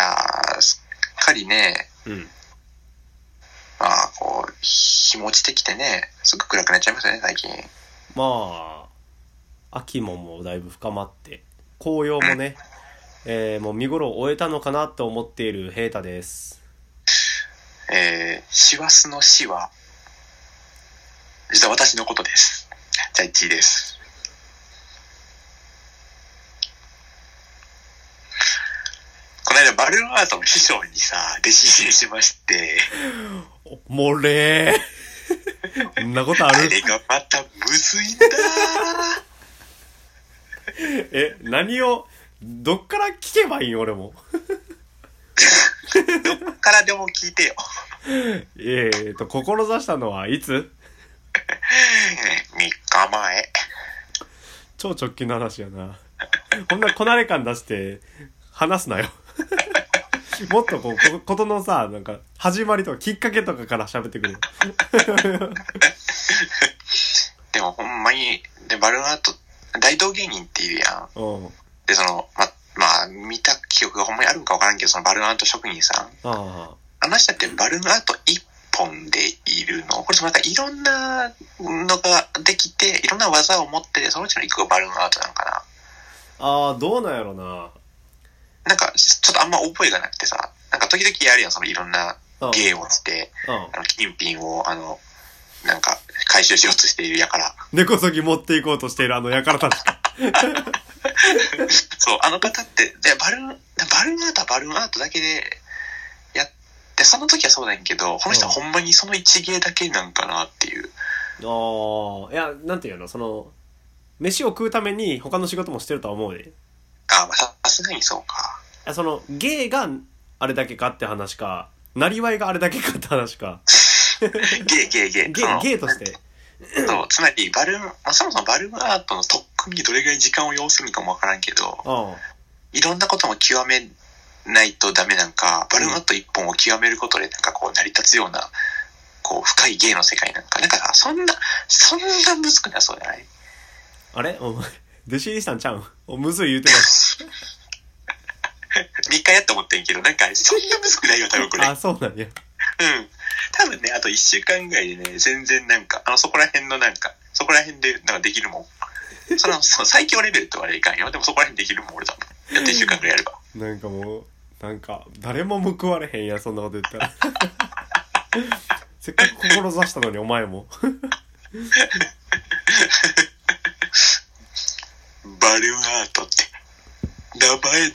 すっかりね、まあこう日持ちてきてね、すぐ暗くなっちゃいますよね最近。 まあ秋もだいぶ深まって紅葉もね、もう見頃を終えたのかなと思っている平太です。 師走の師は実は私のことです。ジャッジーです。この間バルーンアートの師匠にさ弟子入りしまして、 もれーんなことある？ あれがまたむずいんだ何をどっから聞けばいいん？俺もどっからでも聞いてよ。 志したのはいつ？3 日前。 超直近の話やな。こんなこなれ感出して話すなよもっとこうことのさ、なんか始まりとかきっかけとかから喋ってくるでもほんまにでバルーンアート大道芸人っているやん。でそのまあ見た記憶がほんまにあるんか分からんけど、そのバルーンアート職人さん、あの人ってバルーンアート一本でいるの？これなんかいろんなのができていろんな技を持って、そのうちの一個がバルーンアートなのかな。どうなんやろな。 なんかちょっとあんま覚えがなくてさ、なんか時々やるやん、そのいろんな芸をして、金品をなんか回収しようとしているやから。 根こそぎ持っていこうとしているやからたちかそう、あの方って、でバルーンアートはバルーンアートだけでやって、その時はそうなんやけど、この人はほんまにその一芸だけなんかなっていう。 いや、なんていうの、その、飯を食うために他の仕事もしてるとは思うで。 まあさすがにそうか。 その、芸があれだけかって話か、なりわいがあれだけかって話か。芸として。 そう、つまりそもそもバルーンアートの特訓にどれぐらい時間を要するのかもわからんけど、いろんなことも極めないとダメなんか、バルーンアート一本を極めることでなんかこう成り立つような、こう深い芸の世界なんか、なんかさ、そんなむずくない？そうじゃない？ あれ？お前、弟子入りしたんちゃうん？むずい言うてない。 3日やって思ってんけど、なんかそんなむずくないよ、多分これ。 そうなんや。 多分ね、あと1週間ぐらいでね、全然なんか、そこら辺でなんかできるもん。その最強レベルとはあれいかんよ。でもそこら辺できるもん、俺多分。やって1週間ぐらいやれば。 なんかもう、なんか、誰も報われへんや、そんなこと言ったら。せっかく志したのに、お前も。 バルーンアートって、名前。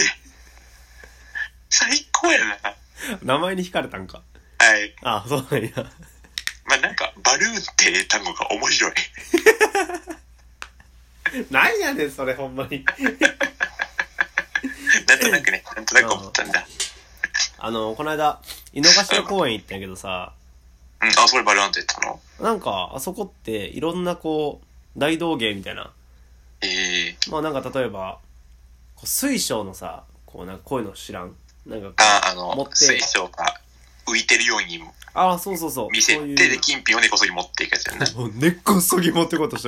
最高やな。 名前に惹かれたんか。 はい。 そうなんや。 まあなんかバルーンって単語が面白い。 なんやねんそれほんまに。 なんとなく思ったんだ。 この間井の頭公園行ったんやけどさ。 それバルーンって言ったの？ なんかあそこっていろんなこう大道芸みたいな。まあなんか例えばこう水晶のさ、こうなんかこういうの知らん？なんか持って水晶が浮いてるようにそう見せて、で金品を根こそぎ持っていくやつやんな。 根こそぎ持ってこうとして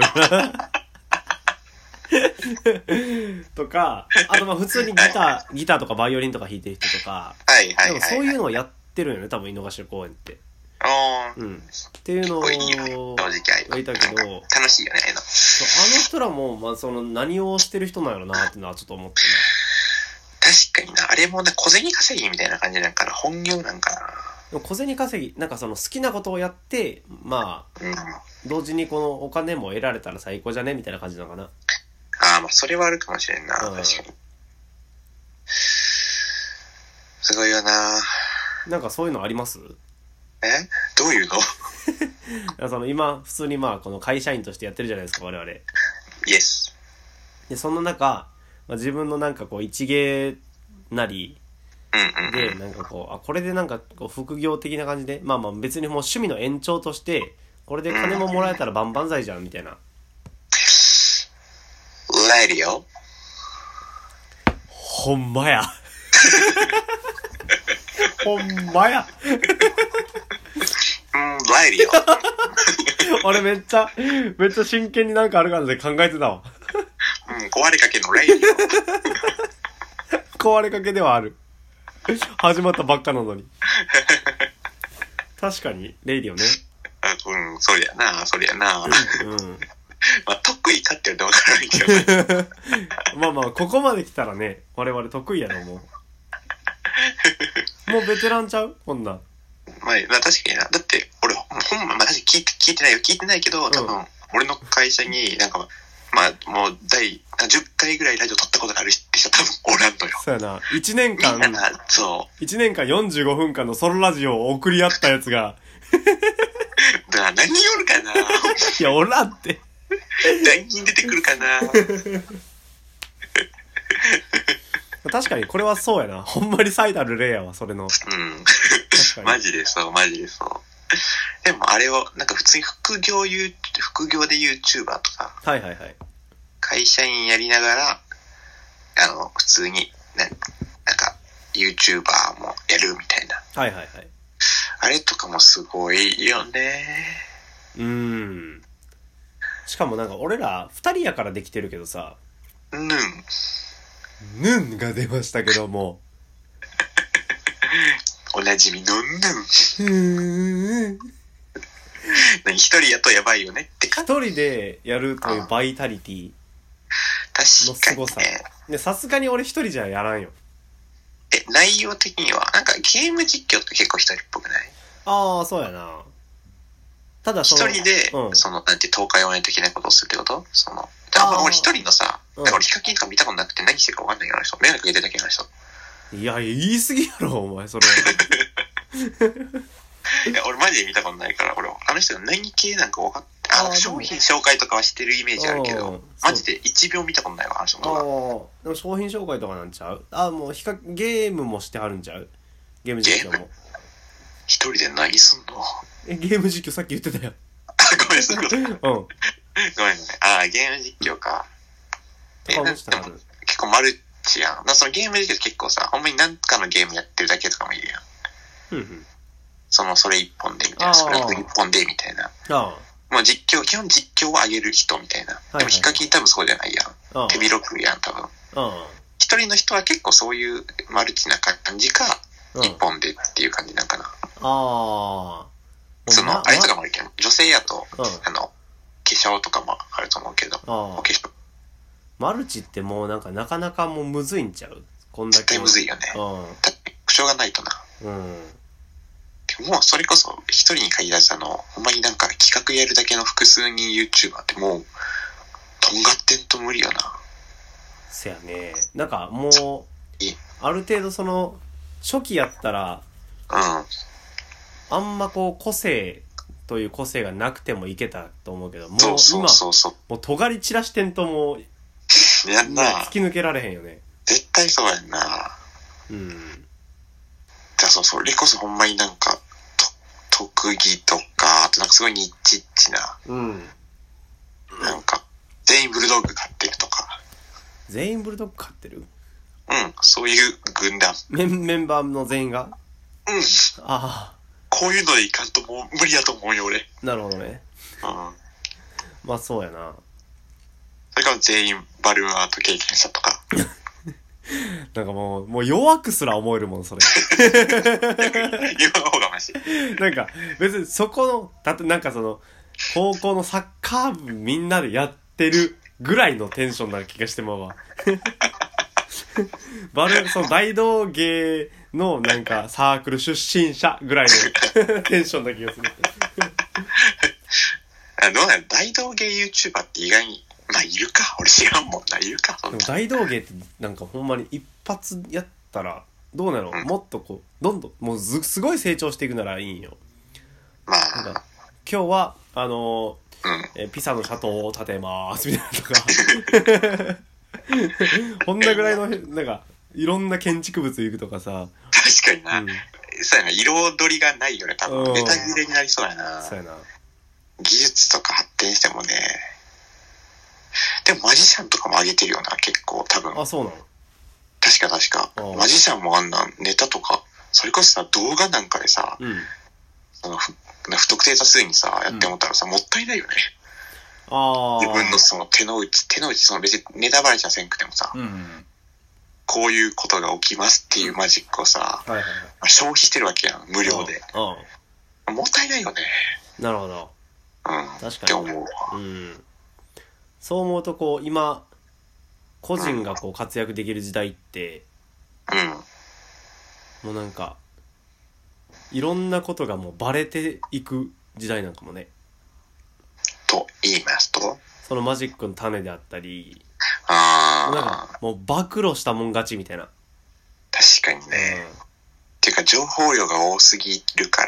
るとか、あとまあ普通にギターとかバイオリンとか弾いてる人とか、でもそういうのをやってるよね、多分井の頭公園って。っていうのをいたけど、 楽しいよね。 あの人らもまあその何をしてる人なんやろなってのはちょっと思ってね。 確かにな、あれも小銭稼ぎみたいな感じなんかな、本業なんかな。 でも小銭稼ぎ、なんかその好きなことをやって、まあ、同時にこのお金も得られたら最高じゃねみたいな感じなのかな。 まあそれはあるかもしれんな、確かに。すごいよな。 なんかそういうのあります？ どういうの？その今普通にまあこの会社員としてやってるじゃないですか、我々。 イエス。 でその中、自分のなんかこう一芸なりでなんかこうこれでなんかこう副業的な感じで、まあ別にもう趣味の延長としてこれで金ももらえたら万々歳じゃんみたいな。 ラディオ。 ほんまや。ほんまや。 ラディオ。俺めっちゃ真剣になんかある感じで考えてたわ。 壊れかけのラディオ。 壊れかけではある。 始まったばっかなのに。確かに、レイディオね。 うん、そりゃな、そりゃな。うん。まあ、得意かって言うと分からないけど、ね。 まあまあ、ここまで来たらね、我々得意やろ、もう。もうベテランちゃうこんなん。 まあ、確かにな。だって、俺、ほんま、確かに聞いてないよ。聞いてないけど、多分、俺の会社になんか、まあ、もう、10回ぐらいラジオ撮ったことがある人多分おらんのよ。 そうやな。1年間45分間のソロラジオを送り合ったやつが。 何おるかな。いや、おらんって。 何人出てくるかな。 確かにこれはそうやな。ほんまに最たる例やわ、それの。 うん。マジでそう、マジでそう。でもあれを、なんか普通に副業で YouTuber とか、 はいはいはい。 会社員やりながら、普通に、なんか、YouTuber もやるみたいな。 はいはいはい。 あれとかもすごいよね。 しかもなんか俺ら2人やからできてるけどさ。 ぬんが出ましたけども。 おなじみの何一人やとやばいよねってか。 一人でやるというバイタリティの凄さ。で、さすがに俺一人じゃやらんよ。 内容的にはなんかゲーム実況って結構一人っぽくない？ ああ、そうやな。ただ一人で、なんて東海オンエア的なことをするってこと？俺一人のさ、だから俺ヒカキンとか見たことなくて何してるか分かんないような人、迷惑かけてるだけの人。 いや、言い過ぎやろ、お前、それ。 いや、俺マジで見たことないから、俺、あの人が何系なんか分かって、商品紹介とかはしてるイメージあるけど、マジで1秒見たことないわ、あの人の。 でも商品紹介とかなんちゃう？もうゲームもしてはるんちゃう？ゲーム実況も。 一人で何すんの？ ゲーム実況さっき言ってたよ。 ごめん、そういうこと。ごめん。ゲーム実況か。でも結構マルチやん。そのゲーム実況結構さ、ほんまに何かのゲームやってるだけとかもいるやん。それ一本でみたいな、それ一本でみたいな。もう基本実況を上げる人みたいな。でもヒカキン多分そうじゃないやん。手広くやん、多分。一人の人は結構そういうマルチな感じか、一本でっていう感じなんかな。あれとかもあるけど、女性やと、化粧とかもあると思うけど、お化粧。 マルチってもうなかなかもうむずいんちゃう？こんだけ。 絶対むずいよね。口調がないとな。もうそれこそ一人に限らずほんまになんか企画やるだけの複数人 YouTuber ってもう、とんがってんと無理よな。 せやね。なんかもう、ある程度初期やったら、あんま個性という個性がなくてもいけたと思うけど、もう今、もう尖り散らしてんともう、 やんな。 突き抜けられへんよね。 絶対そうやんな。じゃあそれこそほんまになんか、特技とか、あとなんかすごいニッチッチな。なんか、全員ブルドッグ飼ってるとか。 全員ブルドッグ飼ってる？ そういう軍団。 メンバーの全員が？ こういうのでいかんともう無理やと思うよ、俺。 なるほどね。まあそうやな。 それから全員バルーンアート経験者とか。 なんかもう弱くすら思えるもん、それ。 今の方がマシ。 なんか、別にそこの、なんか高校のサッカー部みんなでやってるぐらいのテンションな気がしてまうわ。大道芸のなんかサークル出身者ぐらいのテンションな気がする。 どうなの？大道芸 YouTuber って意外に、まあいるか。俺知らんもんな。いるか。 でも大道芸ってなんかほんまに一発やったらどうなの？もっとどんどんもうすごい成長していくならいいんよ。 まあなんか今日はピサのシャトーを建てますみたいなとか。こんなぐらいのなんかいろんな建築物行くとかさ。 確かにな。そうやな。彩りがないよね。多分ネタ切れになりそうやな。 そうやな。技術とか発展してもね。でもマジシャンとかも上げてるよな、結構多分。 そうなの？ 確か。マジシャンもあんなネタとか、それこそさ、動画なんかでさ、不特定多数にさ、やってもったらさ、もったいないよね。自分の手の内、別にネタバレじゃせんくてもさ、 こういうことが起きますっていうマジックをさ、消費してるわけやん、無料で。もったいないよね。 なるほど。確かに。 って思うわ。 そう思うとこう、今、個人がこう活躍できる時代って、もうなんか、いろんなことがもうバレていく時代なんかもね。 と言いますと、 そのマジックの種であったり、なんかもう暴露したもん勝ちみたいな。 確かにね。っていうか情報量が多すぎるから、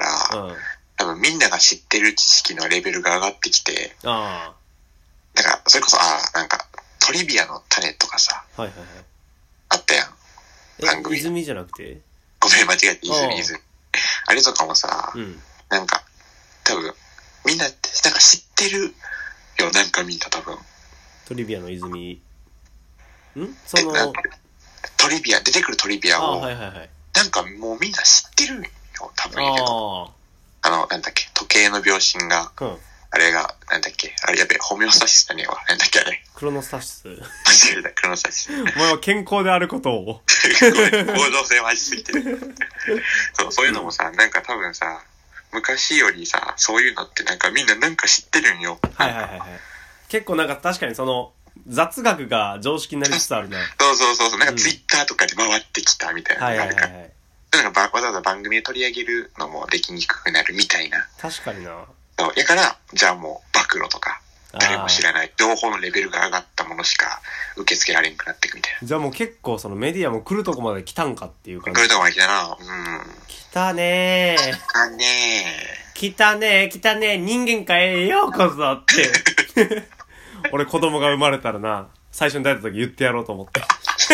多分みんなが知ってる知識のレベルが上がってきて、だからそれこそなんかトリビアの種とかさ、あったやん。番組。 泉じゃなくて？ ごめん間違えて泉。あれとかもさ、なんか多分みんななんか知ってるよ、なんかみんな多分。 トリビアの泉。 そのトリビア出てくるトリビアを、なんかもうみんな知ってるよ、多分いいけど。なんだっけ、時計の秒針が、あれが、なんだっけ、あれやべえ、ホメオスタシスだねえわ。なんだっけあれ。 クロノスタシス。 間違えた、クロノスタシス。 お前は健康であることを。 行動性マジすぎてる。そういうのもさ、なんか多分さ、昔よりさ、そういうのってなんかみんななんか知ってるんよ。 結構なんか確かにその、雑学が常識になりつつあるな。 そう。なんかツイッターとかで回ってきたみたいなのがあるから。なんかわざわざ番組で取り上げるのもできにくくなるみたいな。 確かにな。 やから、じゃあもう暴露とか、誰も知らない情報のレベルが上がったものしか受け付けられなくなっていくみたいな。 じゃあもう結構そのメディアも来るとこまで来たんかっていう感じ。 来るとこまで来たな。 来たねー。人間界へようこそって。俺子供が生まれたらな、最初に抱いた時言ってやろうと思って。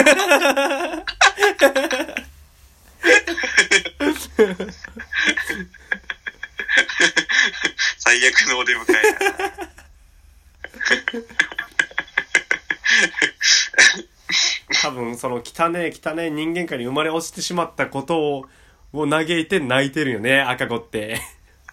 最悪のお出迎えや。 多分その汚ね人間界に生まれ落ちてしまったことを嘆いて泣いてるよね、赤子って。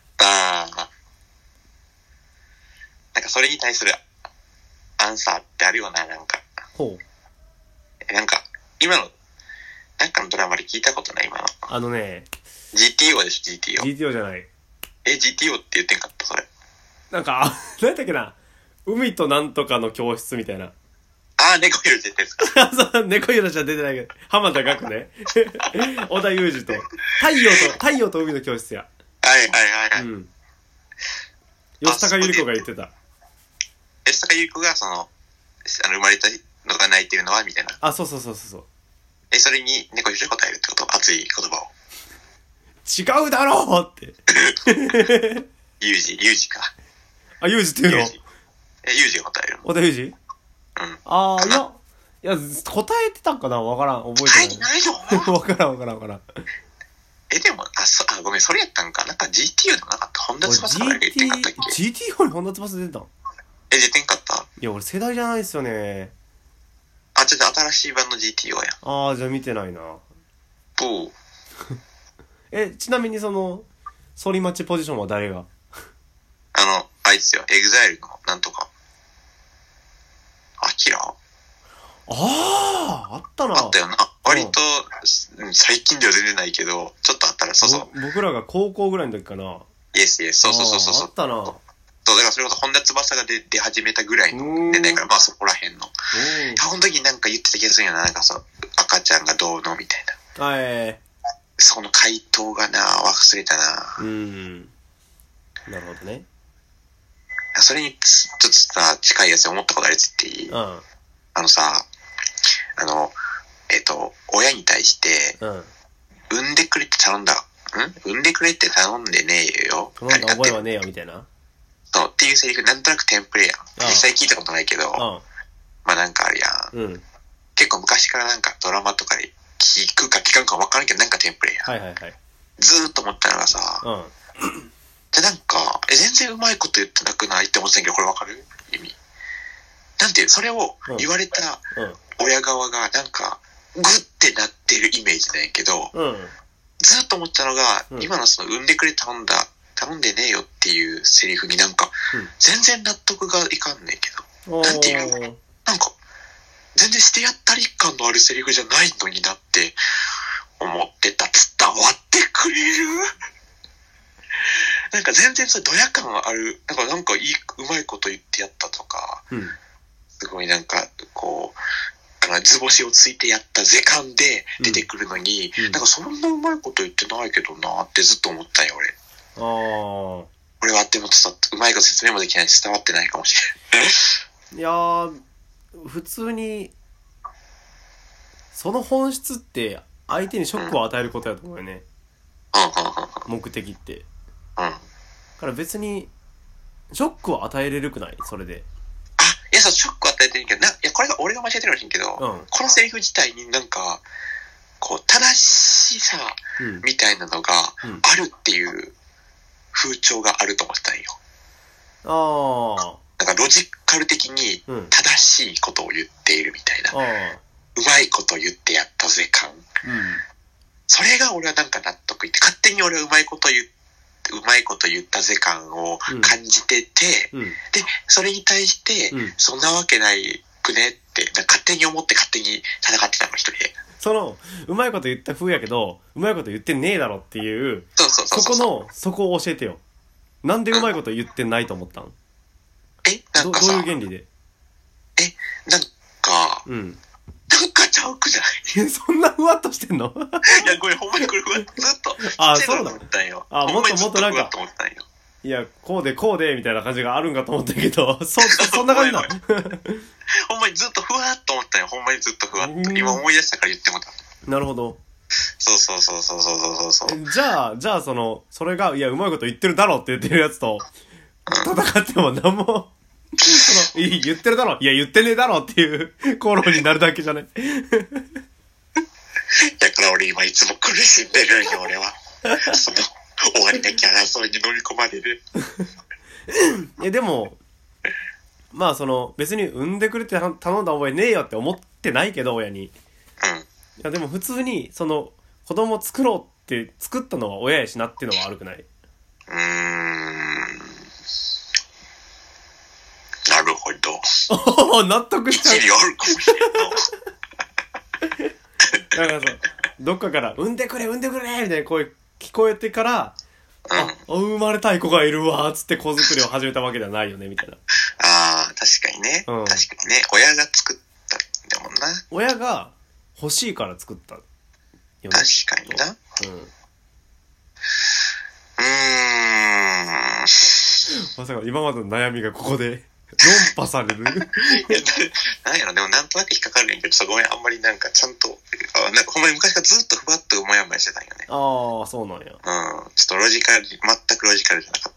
なんかそれに対するアンサーってあるよな、なんか。なんか今のなんかのドラマで聞いたことない今の。GTO でしょ、GTO。 GTO じゃない。 GTO って言ってんかった、それ。 なんか、何だっけな。海となんとかの教室みたいな。 猫ゆる出てるんですか。 そう、猫ゆるじゃ出てないけど。浜田岳ね。小田裕二と。太陽と海の教室や。吉高由里子が言ってた。 吉高由里子が生まれたのが泣いてるのはみたいな。 そう。 それに猫ゆる答えるってこと、熱い言葉を。 違うだろうって。 ユージか。 ユージっていうの？ ユージが答える。 小田裕二？いや、答えてたんかな？わからん。覚えてない。わからん。 でも、ごめん、それやったんか。なんか GTO でもなかった。本田翼から言ってんかったっけ？ GTO に本田翼出てたん？ 出てんかった？ いや、俺世代じゃないっすよね。 ちょっと新しい版の GTO や。 じゃあ見てないな。ちなみに反町ポジションは誰が？ あいつよ、EXILE のなんとか。アキラ？ あったな。 あったよな。割と、最近では全然ないけど、ちょっとあったら、 僕らが高校ぐらいの時かな。 イエス、そう。 あったな。 だからそれこそ本田翼が出始めたぐらいの年代から、そこら辺の。この時なんか言ってた気がするんやな、なんか赤ちゃんがどうのみたいな。その回答がな、忘れたな。 なるほどね。 それにちょっとさ、近いやつ思ったことあるやつっていい？親に対して、産んでくれって頼んだ。産んでくれって頼んでねえよ。 頼んだ覚えはねえよ、みたいな。 そう、っていうセリフ、なんとなくテンプレやん。実際聞いたことないけど、なんかあるやん。結構昔からなんかドラマとかで聞くか聞かんか分からんけど、なんかテンプレやん。ずーっと思ったのがさ、じゃなんか、全然うまいこと言ってなくないって思ってたんけど、これ分かる？意味。なんていう、それを言われた親側がなんか、グッてなってるイメージなんやけど、ずっと思ったのが、今の産んでくれ頼んでねえよっていうセリフになんか、全然納得がいかんねんけど、なんていう、なんか、 全然してやったり感のあるセリフじゃないのになって思ってた。伝わってくれる？なんか全然それドヤ感ある、なんかうまいこと言ってやったとか、すごいなんかこう、図星をついてやった是感で出てくるのに、なんかそんなうまいこと言ってないけどなってずっと思ったんよ、俺。俺はでもうまいこと説明もできないし伝わってないかもしれない。 いやー、普通に、その本質って相手にショックを与えることやと思うよね。目的って。だから別に、ショックを与えれるくない？それで。 いや、ショックを与えてるけど、いや、これが俺が間違えてるかもしれんけど、このセリフ自体になんか、こう、正しさみたいなのがあるっていう風潮があると思ってたんよ。なんかロジカル的に正しいことを言っているみたいな。うまいこと言ってやったぜ感。それが俺はなんか納得いって、勝手に俺はうまいこと言ったぜ感を感じてて、で、それに対して、そんなわけないくねって、勝手に思って勝手に戦ってたの、一人で。 その、うまいこと言った風やけど、うまいこと言ってねえだろっていう、そこを教えてよ。なんでうまいこと言ってないと思ったん？ なんかさ、 どういう原理で？ なんか、なんかちゃうくじゃないそんなふわっとしてんの？ いや、これほんまにこれふわっとずっと。 そうだ。 思ったんよ。 もっとなんか、いや、こうで、みたいな感じがあるんかと思ったけど、そんな感じだ。 ほんまにずっとふわっと思ったんよ。ほんまにずっとふわっと。今思い出したから言ってもた。 なるほど。 そう。 じゃあ、それが、いや、うまいこと言ってるだろって言ってるやつと、戦っても何も、言ってるだろ、いや、言ってねえだろっていう口論になるだけじゃね。 だから俺今いつも苦しんでるんよ、俺は。その、終わりなき争いに飲み込まれる。 でも、まあ別に産んでくれって頼んだ覚えねえよって思ってないけど、親に。いや、でも普通に、子供作ろうって作ったのは親やしなっていうのは悪くない？ なるほど。 納得しちゃう。 一理あるかもしれんの。 だからさ、どっかから、産んでくれみたいな声聞こえてから、生まれたい子がいるわーつって子作りを始めたわけではないよね、みたいな。 確かにね。確かにね。親が作ったんだもんな。 親が欲しいから作ったよね。 確かにな。 まさか今までの悩みがここで論破される。 なんやろ、でもなんとなく引っかかるんやけど、ごめん、あんまりなんかちゃんと、なんかほんまに昔からずっとふわっともやもやしてたんよね。 そうなんや。 ちょっと全くロジカルじゃなかった。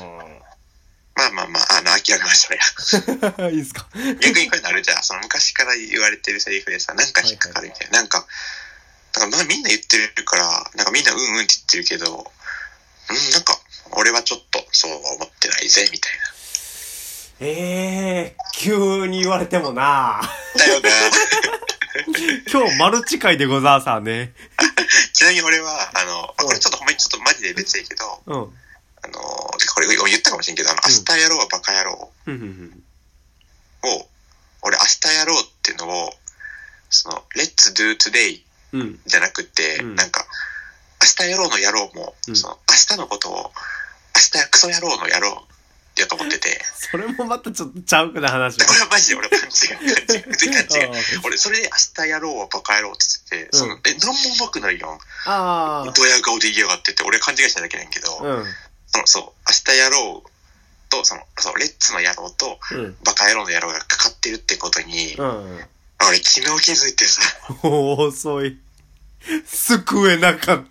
まあ、諦めましたね。 いいですか。 逆にこれなるじゃん。昔から言われてるセリフでさ、なんか引っかかるみたいな。なんかみんな言ってるから、なんかみんなって言ってるけど、なんか、俺はちょっとそうは思ってないぜ、みたいな。 急に言われてもなだよな。 今日マルチ会でござーさね。 ちなみに俺は、これちょっとほんまにちょっとマジで別やけど、これ言ったかもしれんけど、明日やろうはバカ野郎を、俺明日やろうっていうのを、Let's do today じゃなくて、なんか、明日やろうのやろうも、明日のことを、明日クソやろうのやろうってやと思ってて。 それもまたちょっとちゃうくな話。 これはマジで俺は勘違い。俺、それで明日やろうはバカやろうって言ってて、なんもうまくないやん。ドヤ顔で言いやがってて、俺勘違いしただけなんやけど、明日やろうと、レッツのやろうと、バカやろうのやろうがかかってるってことに、俺昨日気づいてさ。 遅い。救えなかった。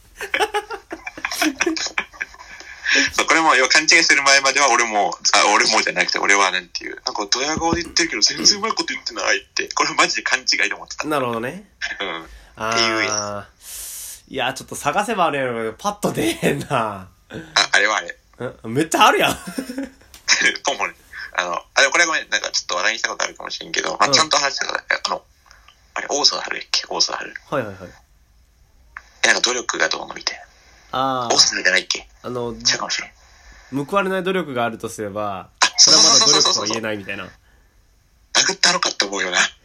これも勘違いする前までは俺もじゃなくて俺はなんていう、なんかドヤ顔で言ってるけど全然うまいこと言ってないって、これマジで勘違いで思ってた。 なるほどね。っていうやつ。いや、ちょっと探せばあれやろ、パッと出へんな。 あれはあれ。 めっちゃあるやん。 ポンポン。これごめん、なんかちょっと話題にしたことあるかもしれんけど、ちゃんと話してください。大沢春やっけ？大沢春。 はい。 なんか努力がどうのみたいな。大沢じゃないっけ？違うかもしれん。 報われない努力があるとすれば、それはまだ努力とは言えないみたいな。 殴ったろかって思うよな。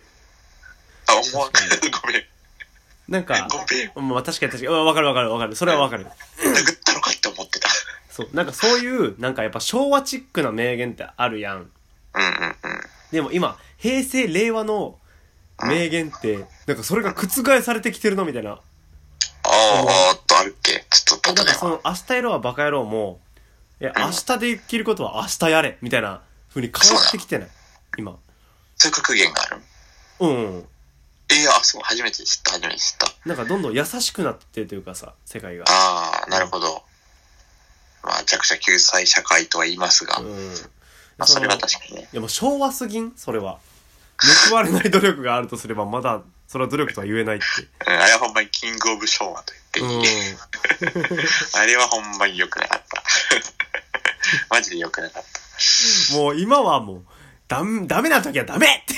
思わん。ごめん。 なんか、 ごめん。 まあ確かにわかる。それはわかる。 殴ったのかって思ってた。 そう。なんかそういう、なんかやっぱ昭和チックな名言ってあるやん。でも今、平成、令和の名言って、なんかそれが覆されてきてるのみたいな。 あるっけちょっとだからその、明日やろうはバカ野郎も、明日できることは明日やれみたいな風に変わってきてない。今。 そういう格言がある？ うん。 そう、初めて知った。 なんかどんどん優しくなってるというかさ、世界が。 なるほど。まあ、弱者救済社会とは言いますが。それは確かにね。 いやもう昭和すぎんそれは。報われない努力があるとすれば、まだ、それは努力とは言えないって。 あれはほんまにキングオブ昭和と言っていい。あれはほんまに良くなかった。マジで良くなかった。 もう今はもう、ダメな時はダメって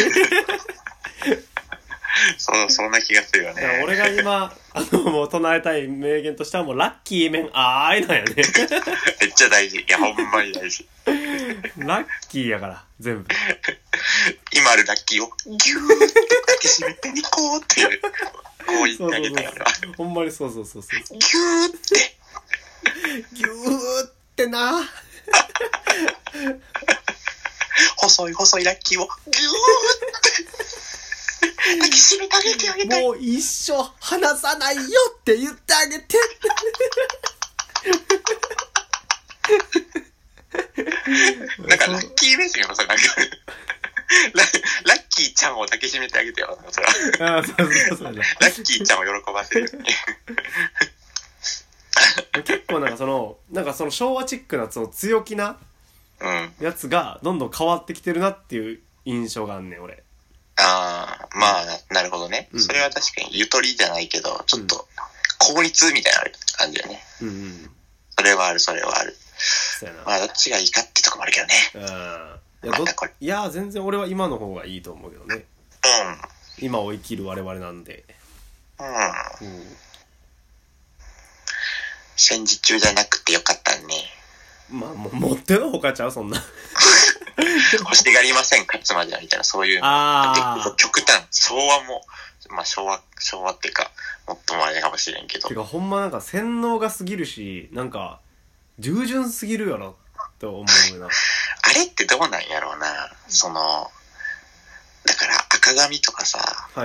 そんな気がするよね。 俺が今、もう唱えたい名言としてはもう、ラッキーメンなんやね。めっちゃ大事。いや、ほんまに大事。 ラッキーやから、全部。 今あるラッキーを、ギューって抱きしめてにこうっていう、こう言ってあげたい俺は。 ほんまにそう。ギューって。 ギューってな。 細いラッキーを、ギューって。抱きしめてあげたい。 もう一生離さないよって言ってあげて。 なんかラッキーメッセージもさ、なんかラッキーちゃんを抱きしめてあげてよ。それはそうラッキーちゃんを喜ばせる。 結構なんかその昭和チックなその強気なやつがどんどん変わってきてるなっていう印象があんねん俺。 まあなるほどね、それは確かにゆとりじゃないけどちょっと効率みたいな感じだよね。それはある。まあどっちがいいかってとこもあるけどね。 いや全然俺は今の方がいいと思うけどね。今を生きる我々なんで。 戦時中じゃなくてよかったね。 まあもう持ってのほかちゃうそんな。 欲しがりませんかつまでみたいなそういう極端。昭和もまあ昭和っていうかもっともあれかもしれんけど。 てかほんまなんか洗脳が過ぎるしなんか従順すぎるやろと思うな。 あれってどうなんやろうな。だから赤髪とかさ。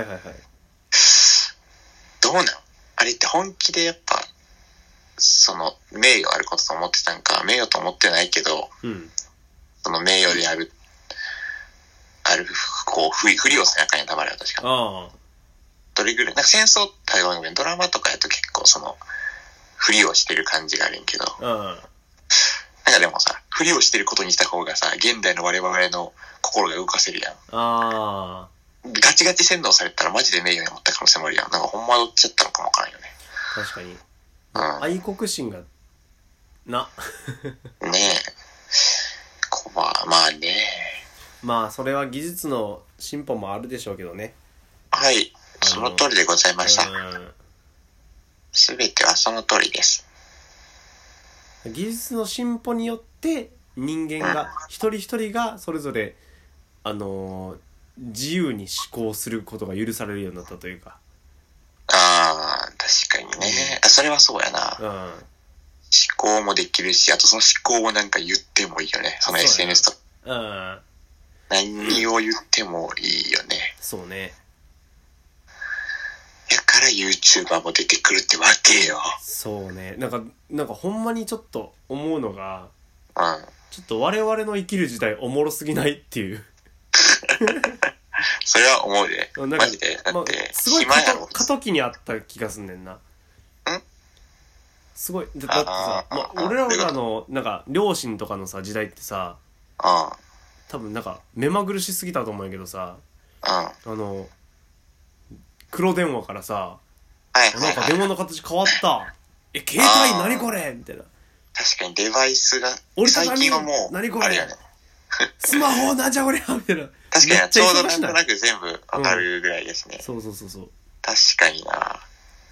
どうなん？あれって本気でやっぱ名誉あることと思ってたんか、名誉と思ってないけど、その名誉であるこうふりをせなあかんやたまるよ確か。どれぐらいなんか戦争対話のドラマとかやと結構ふりをしてる感じがあるんけど、なんかでもさふりをしてることにした方がさ現代の我々の心が動かせるやん。ガチガチ洗脳されたらマジで名誉に持った可能性もあるやん。なんかほんまどっちやったのかもわからんよね。 確かに。愛国心がねえまあねまあそれは技術の進歩もあるでしょうけどね。 はい、その通りでございました。すべてはその通りです。 技術の進歩によって人間が一人一人がそれぞれ自由に思考することが許されるようになったというか。 確かにね。それはそうやな。思考もできるし、あとその思考をなんか言ってもいいよね。その SNS と。何を言ってもいいよね。 そうね。 やから YouTuber も出てくるってわけよ。 そうね。なんかほんまにちょっと思うのが、ちょっと我々の生きる時代おもろすぎないっていう。 それは思うで。マジで。だって、 すごい過渡期にあった気がすんねんな。すごい。だってさ、俺らの、なんか、両親とかのさ、時代ってさ、多分なんか、目まぐるしすぎたと思うんやけどさ、黒電話からさ、なんか電話の形変わった。携帯何これみたいな。 確かにデバイスが、 最近はもう、何これスマホなんじゃこりゃみたいな。 確かにちょうどなんとなく全部わかるぐらいですね。 そう。 確かにな。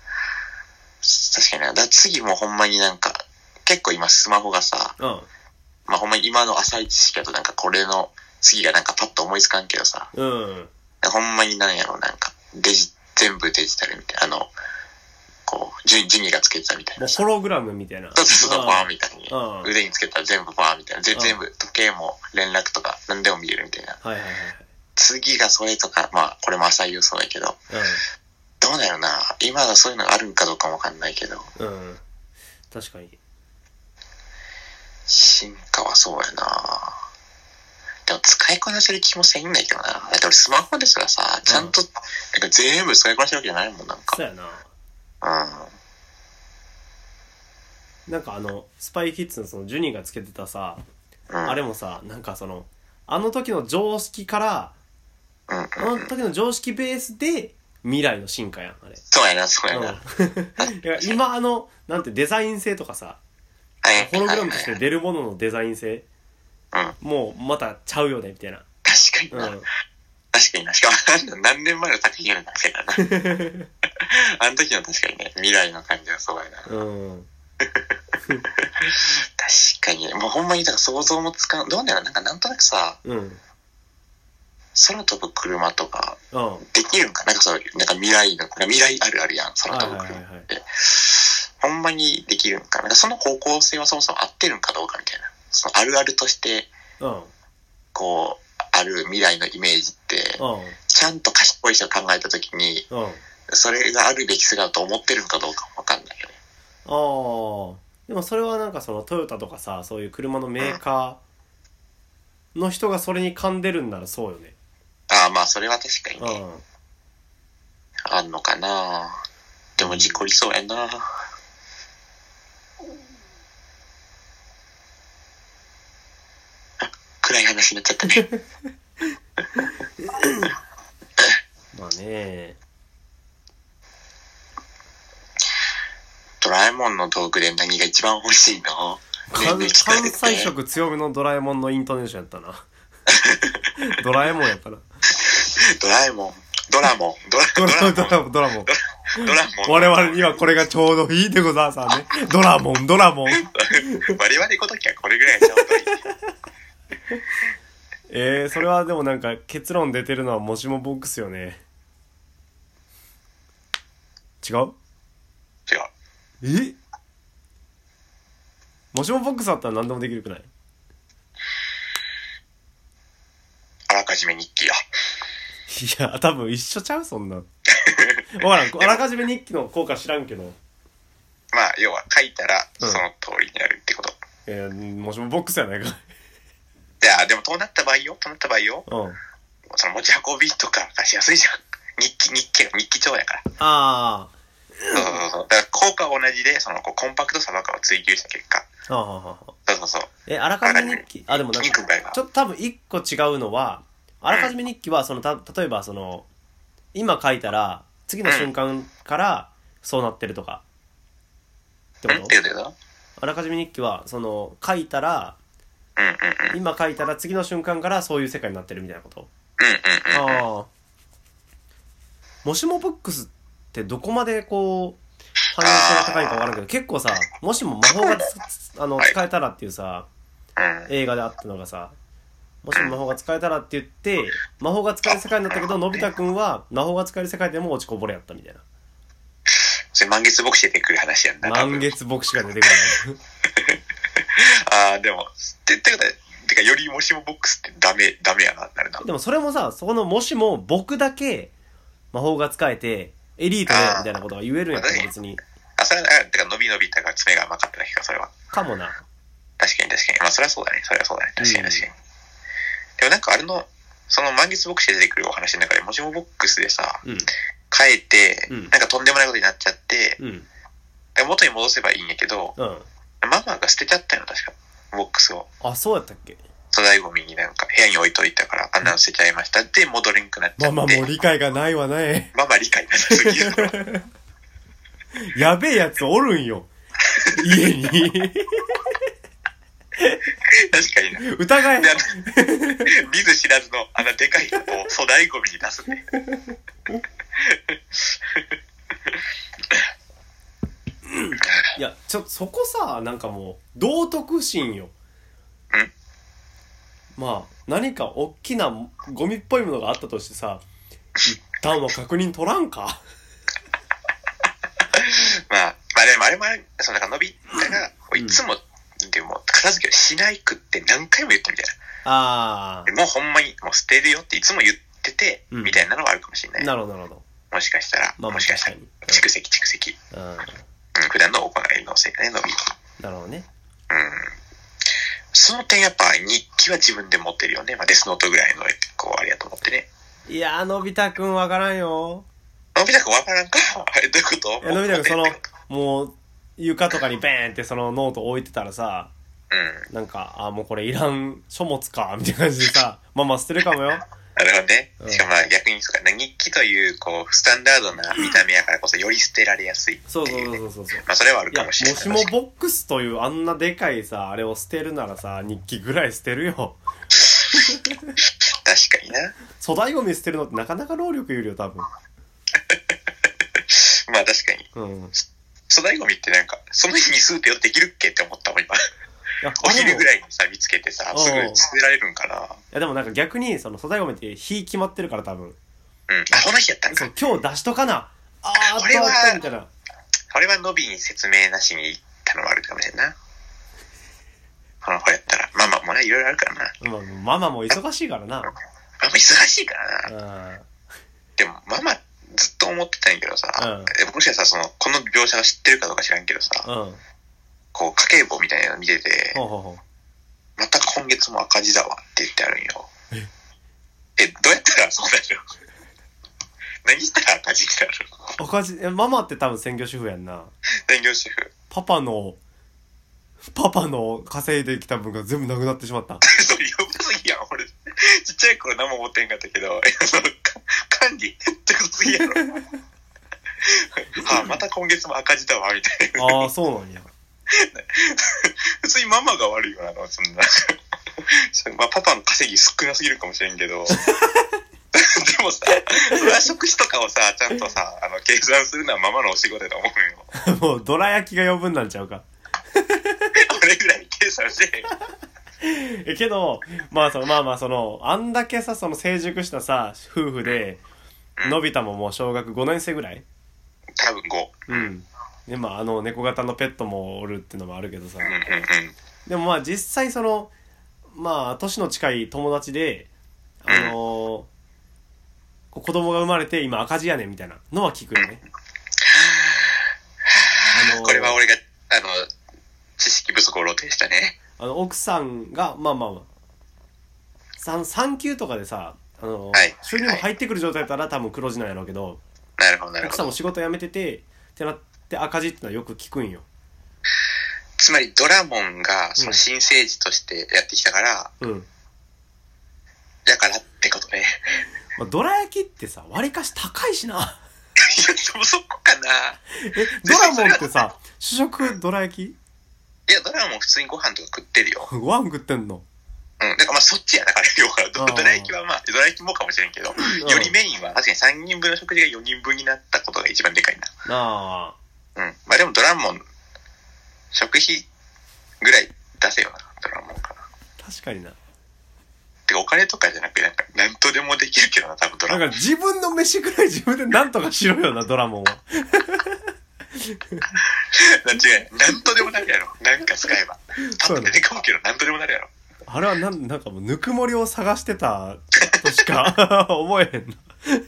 だ次もほんまになんか、結構今スマホがさ、まあほんまに今の浅い知識だとなんかこれの次がなんかパッと思いつかんけどさ、ほんまになんやろなんか、 全部デジタルみたいな、こう、ジュニがつけてたみたいな。 ホログラムみたいな。 そうそうそう、バーンみたいに。腕につけたら全部バーンみたいな。全部、時計も連絡とか何でも見えるみたいな。 はいはいはい。 次がそれとか、まあ、これも浅い予想だけど、どうだろうな。今はそういうのがあるんかどうかもわかんないけど。 確かに。 進化はそうやな。でも使いこなせる気もせんないけどな。だって俺スマホですらさ、ちゃんと、なんか全部使いこなせるわけじゃないもん、なんか。 そうやな。なんかスパイキッズのそのジュニがつけてたさ、あれもさ、なんかあの時の常識から、あの時の常識ベースで未来の進化やん、あれ。 そうやな、そうやな。 今なんてデザイン性とかさ、ホログラムとして出るもののデザイン性、もうまたちゃうよね、みたいな。 確かにな。確かにな。しかも何年前の作品なんだけどな。あの時の確かにね、未来の感じはそうやな。確かに。もうほんまに、だから想像もつかん。どうだろう、なんとなくさ、空飛ぶ車とか、できるんかなんかそういう、なんか未来あるあるやん、空飛ぶ車って。ほんまにできるんかなんかその方向性はそもそも合ってるんかどうかみたいな。そのあるあるとして、こう、ある未来のイメージって、ちゃんと賢い人が考えたときに、それがあるべき姿と思ってるのかどうかもわかんないよね。 でもそれはなんかそのトヨタとかさ、そういう車のメーカーの人がそれに噛んでるんならそうよね。 まあそれは確かにね。あんのかな。でも事故りそうやな。暗い話になっちゃったね。 まあね。 ドラえもんの道具で何が一番欲しいの？ 関西色強めのドラえもんのイントネーションやったな。ドラえもんやったな。 ドラモン。我 々にはこれがちょうどいいでございますね。ドラモン。我々 ごときはこれぐらいがちょうどいい。それはでもなんか結論出てるのはもしもボックスよね。違う？もしもボックスあったら何でもできるくない？ あらかじめ日記や。 いや、多分一緒ちゃうそんな。わからん。あらかじめ日記の効果知らんけど。 まあ、要は書いたらその通りになるってこと。 もしもボックスやないか。 いや、でもとなった場合よ。その持ち運びとかしやすいじゃん。日記帳やから。そう。だから効果は同じで、コンパクトさばかを追求した結果。そう。 あらかじめ日記、でもなんか、ちょっと多分一個違うのは、あらかじめ日記は、例えば今書いたら、次の瞬間からそうなってるとか。ってこと？あらかじめ日記は、書いたら、今書いたら次の瞬間からそういう世界になってるみたいなこと？もしもボックスってどこまでこう、汎用性が高いか分からんけど、結構さ、もしも魔法が使えたらっていうさ、映画であったのがさ、もしも魔法が使えたらって言って、魔法が使える世界になったけど、のび太くんは魔法が使える世界でも落ちこぼれやったみたいな。 それ満月牧師出てくる話やんな。 満月牧師が出てくる。 でも、てかよりもしもボックスってダメやな、なるな。 でもそれもさ、そこのもしも僕だけ魔法が使えて、エリートでみたいなことが言えるんやったら別に。 それは、てか伸びたから爪が甘かっただけか、それは。 かもな。 確かに。まあ、それはそうだね。確かに。でもなんかその満月ボックスで出てくるお話の中で、もしもボックスでさ、変えて、なんかとんでもないことになっちゃって、元に戻せばいいんやけど、ママが捨てちゃったよ、確か。ボックスを。 そうやったっけ？ 粗大ゴミになんか部屋に置いといたから、あんなの捨てちゃいました。で、戻れんくなっちゃって。 ママも理解がないわね。 ママ理解がなすぎる。 やべえやつおるんよ。家に。 確かにな。 疑え。 見ず知らずのでかい箱を粗大ゴミに出すね。 いや、そこさ、なんかもう、道徳心よ。まあ、何か大きなゴミっぽいものがあったとしてさ、 段は確認取らんかまあでもあれもそのなんか伸びたが、いつも、でも片付けをしないくって何回も言ってみたいな。もうほんまにもう捨てるよっていつも言ってて、みたいなのはあるかもしれない。 なるほどなるほど。 もしかしたら、もしかしたら蓄積。普段の行いのせいでね、伸びる。 なるほどね。 その点やっぱ日記は自分で持ってるよね。まあデスノートぐらいのこうあれやと思ってね。 いやー、のび太くんわからんよ。 のび太くんわからんかどういうこと？ のび太くんもう、床とかにベーンってそのノート置いてたらさ、なんか、もうこれいらん書物か、みたいな感じでさ、まあ捨てるかもよ。 なるほどね。しかも逆にそうか、日記というこうスタンダードな見た目やからこそより捨てられやすい、ね。そう。まあそれはあるかもしれない。 もしもボックスというあんなでかいさ、あれを捨てるならさ、日記ぐらい捨てるよ。 確かにな。 粗大ゴミ捨てるのってなかなか労力いるよ、多分。 まあ確かに。粗大ゴミってなんか、その日に数手をできるっけって思ったもん、今。お昼ぐらいにさ、見つけてさ、すぐ捨てられるんかな。いやでもなんか逆に、その粗大ゴミって日決まってるから多分。 この日やったんか。 今日出しとかな。 これは、 みたいな。 これはノビに説明なしに言ったのもあるかもしれんな。この子やったら、ママもね、いろいろあるからな。 ママも忙しいからな。 ママ忙しいからな。でも、ママずっと思ってたんやけどさ、もしかしたらこの描写が知ってるかどうか知らんけどさ、こう、家計簿みたいなの見てて、また今月も赤字だわって言ってあるんよ。どうやったらそうなるの？何したら赤字になるの？ 赤字、ママって多分専業主婦やんな。 専業主婦。 パパの稼いできた分が全部なくなってしまった。 そう、やばすぎやん、俺。ちっちゃい頃何も持ってんかったけど、管理ってことすぎやろ。また今月も赤字だわ、みたいな。 そうなんや。 普通にママが悪いよな、そんな。まあ、パパの稼ぎ少なすぎるかもしれんけど。でもさ、それは食費とかをさ、ちゃんとさ、計算するのはママのお仕事だと思うよ。もう、どら焼きが余分なんちゃうか。 これぐらい計算してへん。けど、あんだけさ、成熟したさ、夫婦で、のび太ももう小学5年生ぐらい？ 多分5。 で、猫型のペットもおるってのもあるけどさ。でも実際年の近い友達で、子供が生まれて今赤字やねんみたいなのは聞くよね。 これは俺が、知識不足を露呈したね。 奥さんが、産休とかでさ、収入も入ってくる状態だったら多分黒字なんやろうけど、 なるほど。 奥さんも仕事辞めてて、ってなって赤字ってのはよく聞くんよ。 つまりドラモンがその新生児としてやってきたから、だからってことね。 ドラ焼きってさ、割かし高いしな。いや、 そこかな。 ドラモンってさ、主食ドラ焼き？ いや、ドラモン普通にご飯とか食ってるよ。 ご飯食ってんの？ だからそっちやだから、要はドラ焼きはドラ焼きもかもしれんけど、よりメインは確かに3人分の食事が4人分になったことが一番でかいな。でもドラモン、食費ぐらい出せよな、ドラモンかな。 確かにな。 てかお金とかじゃなくてなんとでもできるけどな、多分ドラモン。 だから自分の飯くらい自分でなんとかしろよな、ドラモンは。 間違いない。なんとでもなるやろ。なんか使えば。多分出てこんけどなんとでもなるやろ。 あれはなんかもうぬくもりを探してたとしか思えへんな。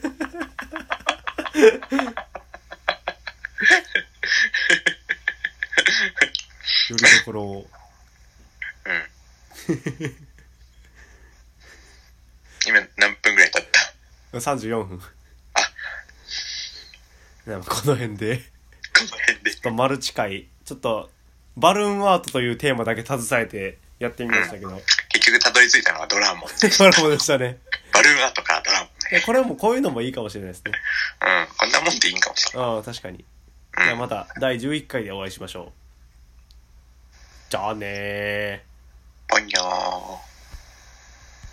よりどころを。 今何分ぐらい経った？ 34分。この辺で。ちょっとマルチ会、ちょっとバルーンアートというテーマだけ携えてやってみましたけど、 結局たどり着いたのはドラモンでした。ドラモンでしたね。 バルーンアートかドラモンね。 これもこういうのもいいかもしれないですね。 こんなもんでいいんかもしれない。 確かに。じゃあまた第11回でお会いしましょう。じゃあねー。 ぽんにょー。